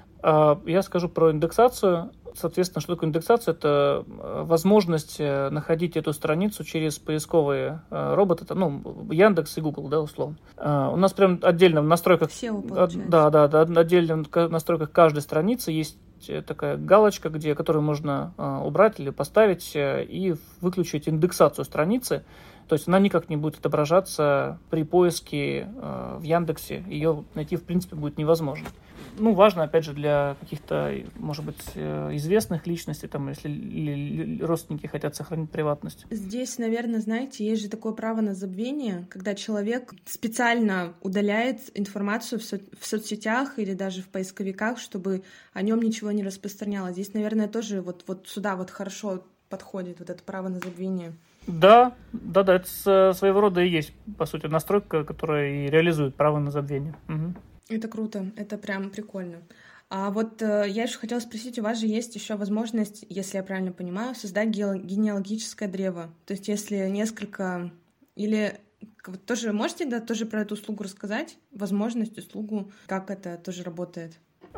Я скажу про индексацию. Соответственно, что такое индексация? Это возможность находить эту страницу через поисковые роботы, Яндекс и Google, условно. У нас прям отдельно в настройках... SEO, получается. Да, отдельно в настройках каждой страницы есть такая галочка, которую можно убрать или поставить и выключить индексацию страницы. То есть она никак не будет отображаться при поиске в Яндексе. Ее найти, в принципе, будет невозможно. Важно, опять же, для каких-то, может быть, известных личностей, если родственники хотят сохранить приватность. Здесь, наверное, знаете, есть же такое право на забвение, когда человек специально удаляет информацию в соцсетях или даже в поисковиках, чтобы о нем ничего не распространялось. Здесь, наверное, тоже сюда хорошо подходит это право на забвение. Да, это своего рода и есть, по сути, настройка, которая и реализует право на забвение. Угу. Это круто, это прям прикольно. А я еще хотела спросить, у вас же есть еще возможность, если я правильно понимаю, создать генеалогическое древо. То есть если несколько... Или тоже можете тоже про эту услугу рассказать? Возможность, услугу, как это тоже работает?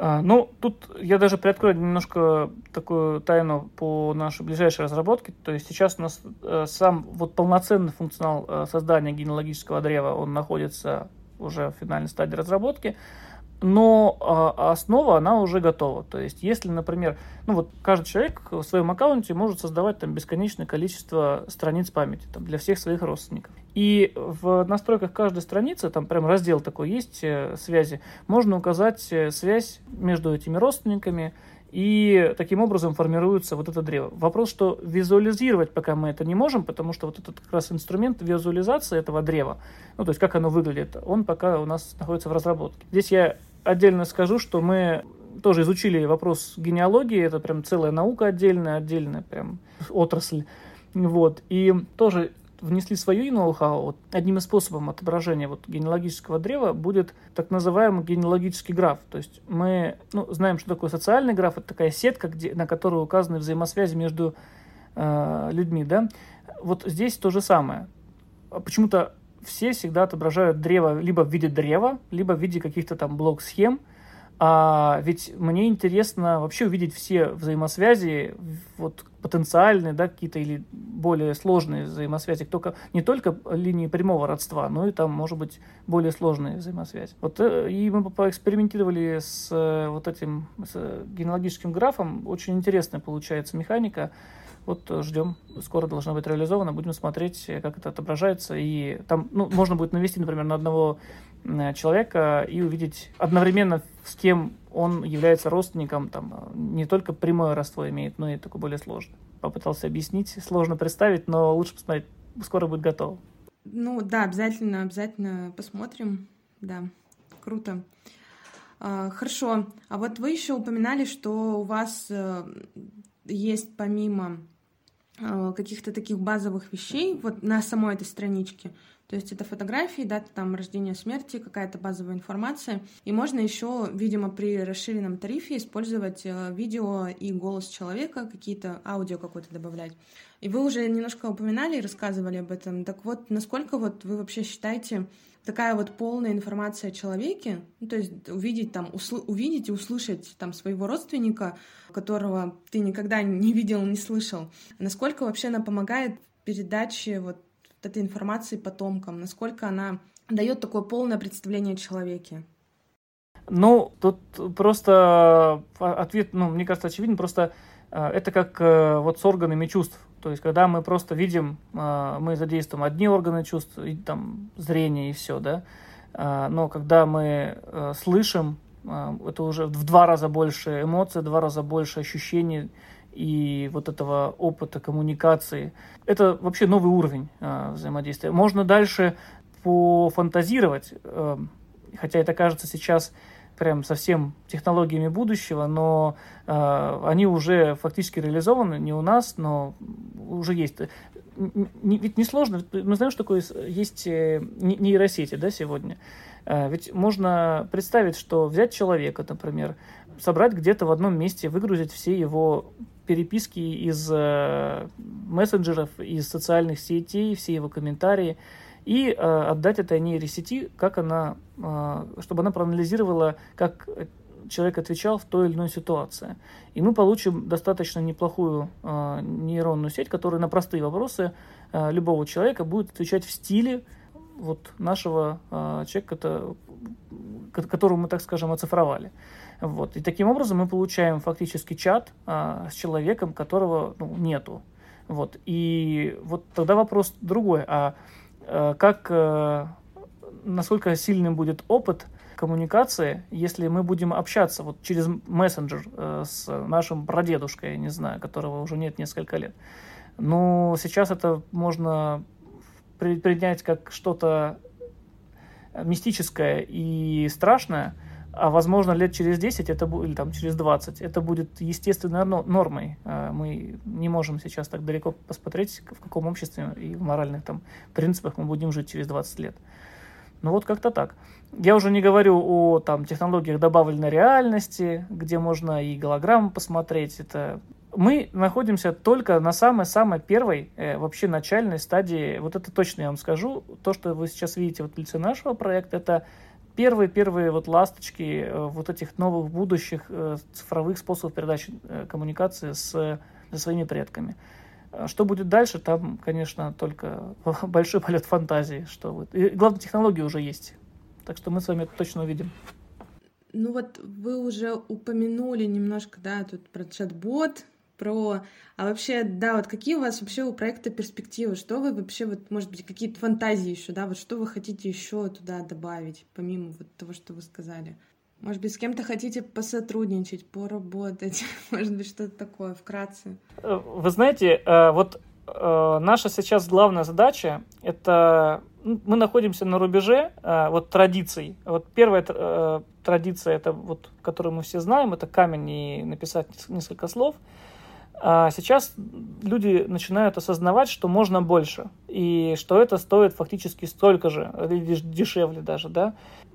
Тут я даже приоткрою немножко такую тайну по нашей ближайшей разработке. То есть сейчас у нас сам полноценный функционал создания генеалогического древа, он находится уже в финальной стадии разработки, но основа, она уже готова. То есть если, например, каждый человек в своем аккаунте может создавать бесконечное количество страниц памяти для всех своих родственников. И в настройках каждой страницы, прям раздел такой есть, связи, можно указать связь между этими родственниками, и таким образом формируется это древо. Вопрос, что визуализировать пока мы это не можем, потому что этот как раз инструмент визуализации этого древа, то есть как оно выглядит, он пока у нас находится в разработке. Здесь я отдельно скажу, что мы тоже изучили вопрос генеалогии, это прям целая наука отдельная прям отрасль. И тоже внесли свою ноу-хау. Одним из способов отображения генеалогического древа будет так называемый генеалогический граф. То есть мы знаем, что такое социальный граф. Это такая сетка, на которой указаны взаимосвязи между людьми. Да? Здесь то же самое. Почему-то все всегда отображают древо либо в виде древа, либо в виде каких-то блок-схем. А ведь мне интересно вообще увидеть все взаимосвязи, вот потенциальные, да, какие-то или более сложные взаимосвязи, не только линии прямого родства, но и там, может быть, более сложные взаимосвязи. Вот, и мы поэкспериментировали с вот этим с генеалогическим графом. Очень интересная получается механика. Вот ждем, скоро должна быть реализована, будем смотреть, как это отображается. И там можно будет навести, например, на одного человека и увидеть одновременно, с кем он является родственником, там, не только прямое родство имеет, но и такое более сложное. Попытался объяснить, сложно представить, но лучше посмотреть, скоро будет готово. Да, обязательно посмотрим, да, круто. Хорошо, а вот вы еще упоминали, что у вас есть помимо каких-то таких базовых вещей вот на самой этой страничке, то есть это фотографии, дата там рождения, смерти, какая-то базовая информация, и можно еще, видимо, при расширенном тарифе использовать видео и голос человека, какие-то аудио какое-то добавлять. И вы уже немножко упоминали и рассказывали об этом. Так вот, насколько вот вы вообще считаете такая вот полная информация о человеке, то есть увидеть и услышать там своего родственника, которого ты никогда не видел, не слышал, насколько вообще она помогает в передаче вот этой информации потомкам, насколько она дает такое полное представление о человеке? Тут просто ответ, мне кажется, очевиден, просто это как вот с органами чувств. То есть, когда мы просто видим, мы задействуем одни органы чувств, и, там, зрение и все, да. Но когда мы слышим, это уже в 2 раза больше эмоций, 2 раза больше ощущений и вот этого опыта коммуникации. Это вообще новый уровень взаимодействия. Можно дальше пофантазировать, хотя это кажется сейчас прям совсем технологиями будущего, но они уже фактически реализованы, не у нас, но уже есть. Ведь несложно, мы знаем, что такое есть нейросети, да, сегодня. Ведь можно представить, что взять человека, например, собрать где-то в одном месте, выгрузить все его переписки из мессенджеров, из социальных сетей, все его комментарии, и отдать этой нейросети, чтобы она проанализировала, как человек отвечал в той или иной ситуации. И мы получим достаточно неплохую нейронную сеть, которая на простые вопросы любого человека будет отвечать в стиле вот нашего человека, которого мы, так скажем, оцифровали. Вот. И таким образом мы получаем фактически чат с человеком, которого нету. Вот. И вот тогда вопрос другой. Насколько сильным будет опыт коммуникации, если мы будем общаться вот через мессенджер с нашим прадедушкой, я не знаю, которого уже нет несколько лет. Но сейчас это можно принять как что-то мистическое и страшное, а возможно лет через 10 или там, через 20 это будет естественной нормой. Мы не можем сейчас так далеко посмотреть, в каком обществе и в моральных там принципах мы будем жить через 20 лет. Вот как-то так. Я уже не говорю о технологиях добавленной реальности, где можно и голограмму посмотреть. Мы находимся только на самой-самой первой, вообще начальной стадии. Вот это точно я вам скажу. То, что вы сейчас видите в лице нашего проекта, это первые вот ласточки вот этих новых будущих цифровых способов передачи коммуникации со своими предками. Что будет дальше, там, конечно, только большой полет фантазии. И главное, технологии уже есть. Так что мы с вами это точно увидим. Вы уже упомянули немножко, да, тут про чат-бот, А вообще, да, вот какие у вас вообще у проекта перспективы? Что вы вообще, может быть, какие-то фантазии еще, да, вот что вы хотите еще туда добавить, помимо вот того, что вы сказали? Может быть, с кем-то хотите посотрудничать, поработать, может быть, что-то такое, вкратце? Вы знаете, наша сейчас главная задача — это мы находимся на рубеже традиций. Вот первая традиция, это которую мы все знаем, это камень и написать несколько слов. А сейчас люди начинают осознавать, что можно больше, и что это стоит фактически столько же, или дешевле даже, да.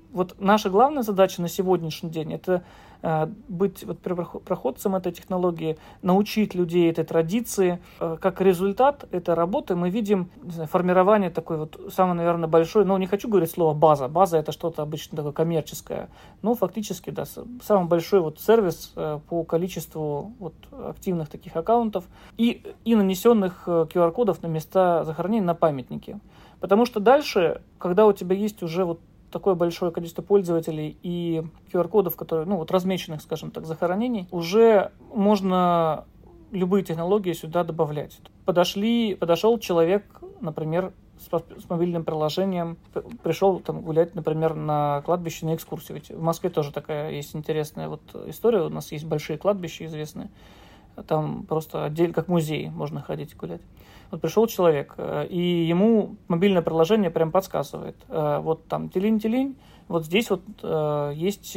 Вот наша главная задача на сегодняшний день – это быть вот проходцем этой технологии, научить людей этой традиции. Как результат этой работы мы видим, не знаю, формирование такой вот самый, наверное, большой, не хочу говорить слово база. База – это что-то обычно такое коммерческое. Фактически, да, самый большой вот сервис по количеству вот активных таких аккаунтов и нанесенных QR-кодов на места захоронений, на памятники. Потому что дальше, когда у тебя есть уже вот такое большое количество пользователей и QR-кодов, которые, размеченных, скажем так, захоронений, уже можно любые технологии сюда добавлять. Подошел человек, например, с мобильным приложением, пришел там гулять, например, на кладбище, на экскурсию. Ведь в Москве тоже такая есть интересная вот история. У нас есть большие кладбища известные. Там просто отдельно, как музей, можно ходить и гулять. Вот пришел человек, и ему мобильное приложение прям подсказывает. Вот там тилинь-тилинь, вот здесь вот есть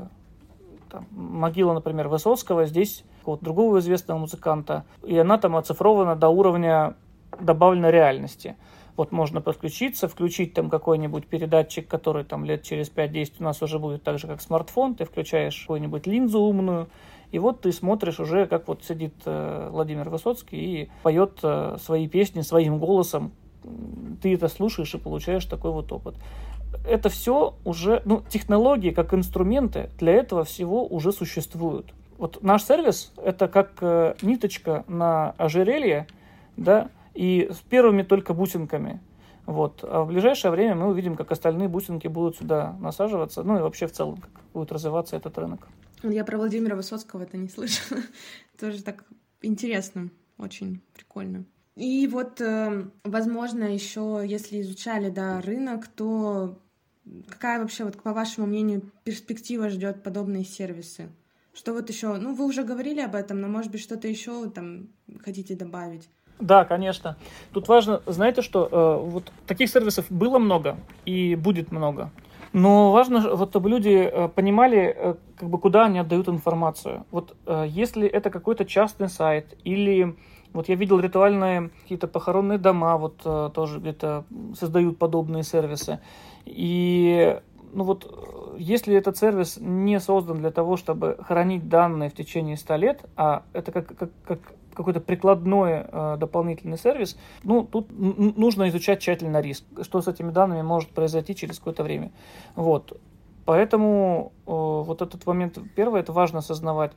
там, могила, например, Высоцкого, здесь вот другого известного музыканта, и она там оцифрована до уровня добавленной реальности. Вот можно подключиться, включить там какой-нибудь передатчик, который там лет через 5-10 у нас уже будет так же, как смартфон, ты включаешь какую-нибудь линзу умную, и вот ты смотришь уже, как вот сидит Владимир Высоцкий и поет свои песни своим голосом. Ты это слушаешь и получаешь такой вот опыт. Это все уже, технологии как инструменты для этого всего уже существуют. Вот наш сервис – это как ниточка на ожерелье, да, и с первыми только бусинками. Вот. А в ближайшее время мы увидим, как остальные бусинки будут сюда насаживаться, и вообще в целом, как будет развиваться этот рынок. Я про Владимира Высоцкого это не слышала. Тоже так интересно, очень прикольно. И вот, возможно, еще, если изучали, рынок, то какая вообще, вот, по вашему мнению, перспектива ждет подобные сервисы? Что вот еще, вы уже говорили об этом, но, может быть, что-то еще там хотите добавить? Да, конечно. Тут важно, знаете, что вот таких сервисов было много и будет много. Но важно, вот, чтобы люди понимали, куда они отдают информацию. Вот если это какой-то частный сайт, или вот я видел ритуальные какие-то похоронные дома, вот тоже где-то создают подобные сервисы. И если этот сервис не создан для того, чтобы хранить данные в течение 100 лет, а это как какой-то прикладной дополнительный сервис, тут нужно изучать тщательно риск, что с этими данными может произойти через какое-то время. Вот. Поэтому вот этот момент, первый, это важно осознавать.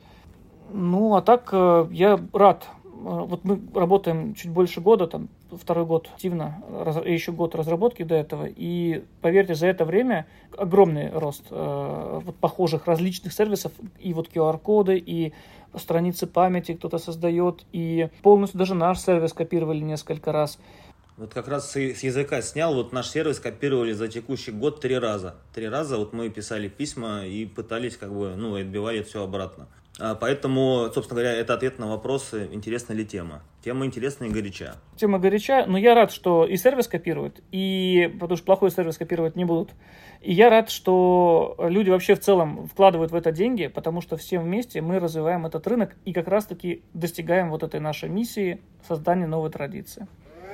А так я рад. Вот мы работаем чуть больше года, там, второй год активно, еще год разработки до этого, и, поверьте, за это время огромный рост вот похожих различных сервисов, и вот QR-коды, и страницы памяти кто-то создает, и полностью даже наш сервис копировали несколько раз. Вот как раз с языка снял, вот наш сервис копировали за текущий год 3 раза. 3 раза вот мы писали письма и пытались отбивали это все обратно. Поэтому, собственно говоря, это ответ на вопрос, интересна ли тема. Тема интересная и горяча. Тема горяча, но я рад, что и сервис копируют, потому что плохой сервис копировать не будут. И я рад, что люди вообще в целом вкладывают в это деньги, потому что все вместе мы развиваем этот рынок и как раз-таки достигаем вот этой нашей миссии создания новой традиции.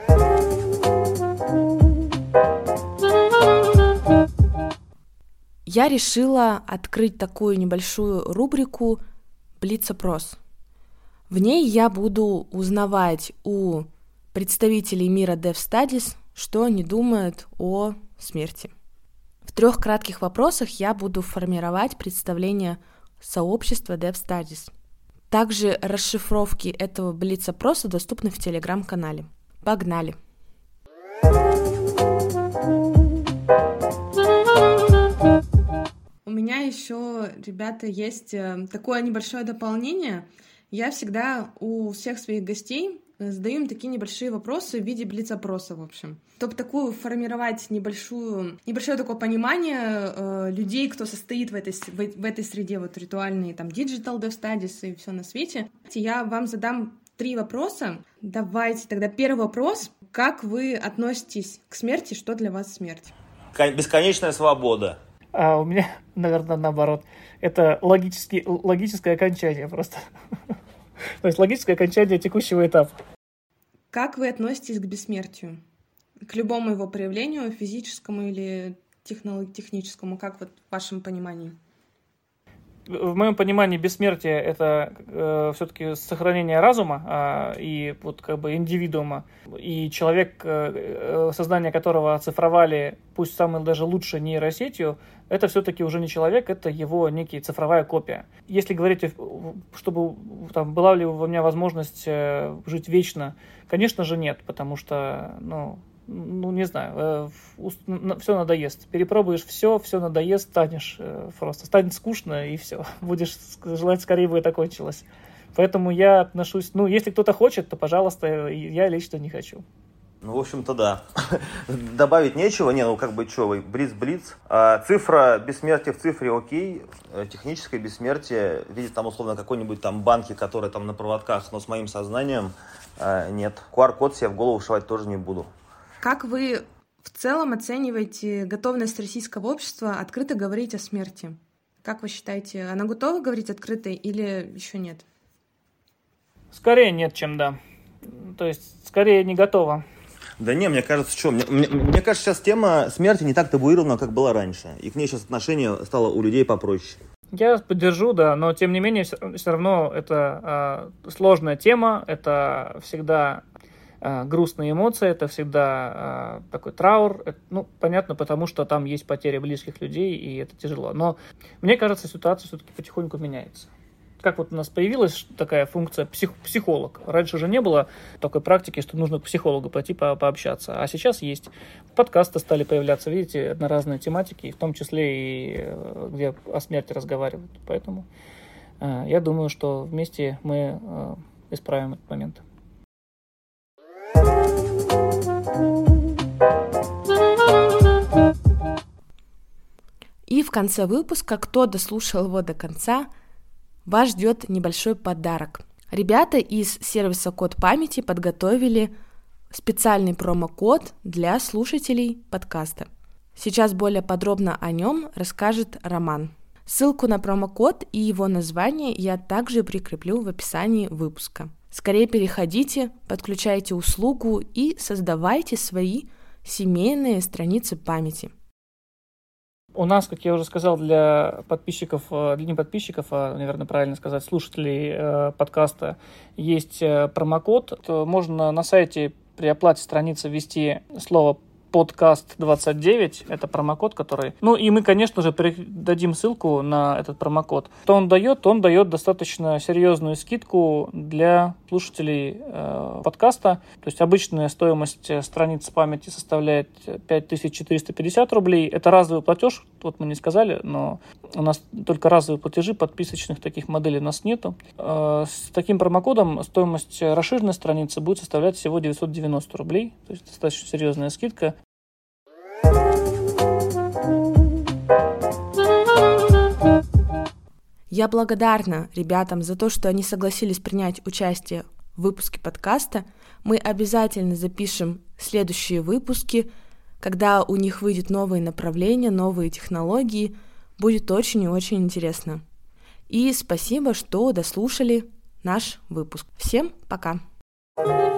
Я решила открыть такую небольшую рубрику «Блиц-опрос». В ней я буду узнавать у представителей мира DevStudies, что они думают о смерти. В 3 кратких вопросах я буду формировать представление сообщества DevStudies. Также расшифровки этого блиц-опроса доступны в Telegram-канале. Погнали! У меня еще, ребята, есть такое небольшое дополнение. Я всегда у всех своих гостей задаю им такие небольшие вопросы в виде блиц-опроса, в общем. Чтобы формировать небольшое такое понимание людей, кто состоит в этой среде, вот ритуальные, там, Digital DevStudies и все на свете. Я вам задам 3 вопроса. Давайте тогда первый вопрос. Как вы относитесь к смерти? Что для вас смерть? Бесконечная свобода. А у меня, наверное, наоборот. Это логическое окончание просто. То есть логическое окончание текущего этапа. Как вы относитесь к бессмертию? К любому его проявлению, физическому или техническому, как вот в вашем понимании? В моем понимании бессмертие – это все-таки сохранение разума и вот как бы индивидуума. И человек, сознание которого оцифровали, пусть самой даже лучшей нейросетью, это все-таки уже не человек, это его некая цифровая копия. Если говорить, чтобы там, была ли у меня возможность жить вечно, конечно же нет, потому что, не знаю, все надоест. Перепробуешь все надоест, станет скучно, и все. Будешь желать, скорее бы это кончилось. Поэтому я отношусь, если кто-то хочет, то, пожалуйста, я лично не хочу. В общем-то, да. Добавить нечего, блиц. Цифра, бессмертие в цифре окей, техническое бессмертие, видеть там условно какой-нибудь там банки, которые там на проводках, но с моим сознанием, нет. QR-код себе в голову вшивать тоже не буду. Как вы в целом оцениваете готовность российского общества открыто говорить о смерти? Как вы считаете, она готова говорить открыто или еще нет? Скорее нет, чем да. То есть, скорее не готова. Да не, мне кажется, мне кажется, сейчас тема смерти не так табуирована, как была раньше. И к ней сейчас отношение стало у людей попроще. Я поддержу, да, но тем не менее все равно это сложная тема, это всегда грустные эмоции, это всегда такой траур. Понятно, потому что там есть потеря близких людей, и это тяжело. Но мне кажется, ситуация все-таки потихоньку меняется. Как вот у нас появилась такая функция психолог. Раньше же не было такой практики, что нужно к психологу пойти пообщаться. А сейчас есть. Подкасты стали появляться, видите, на разные тематики, в том числе и где о смерти разговаривают. Поэтому я думаю, что вместе мы исправим этот момент. И в конце выпуска, кто дослушал его до конца, вас ждет небольшой подарок. Ребята из сервиса Код Памяти подготовили специальный промокод для слушателей подкаста. Сейчас более подробно о нем расскажет Роман. Ссылку на промокод и его название я также прикреплю в описании выпуска. Скорее переходите, подключайте услугу и создавайте свои семейные страницы памяти. У нас, как я уже сказал, для подписчиков, для не подписчиков, а, наверное, правильно сказать, слушателей подкаста, есть промокод. Можно на сайте при оплате страницы ввести слово подкаст 29, это промокод, который... и мы, конечно же, дадим ссылку на этот промокод. Что он дает? Он дает достаточно серьезную скидку для слушателей подкаста. То есть обычная стоимость страницы памяти составляет 5450 рублей. Это разовый платеж, вот мы не сказали, но у нас только разовые платежи, подписочных таких моделей у нас нету. С таким промокодом стоимость расширенной страницы будет составлять всего 990 рублей. То есть достаточно серьезная скидка. Я благодарна ребятам за то, что они согласились принять участие в выпуске подкаста. Мы обязательно запишем следующие выпуски, когда у них выйдут новые направления, новые технологии. Будет очень и очень интересно. И спасибо, что дослушали наш выпуск. Всем пока!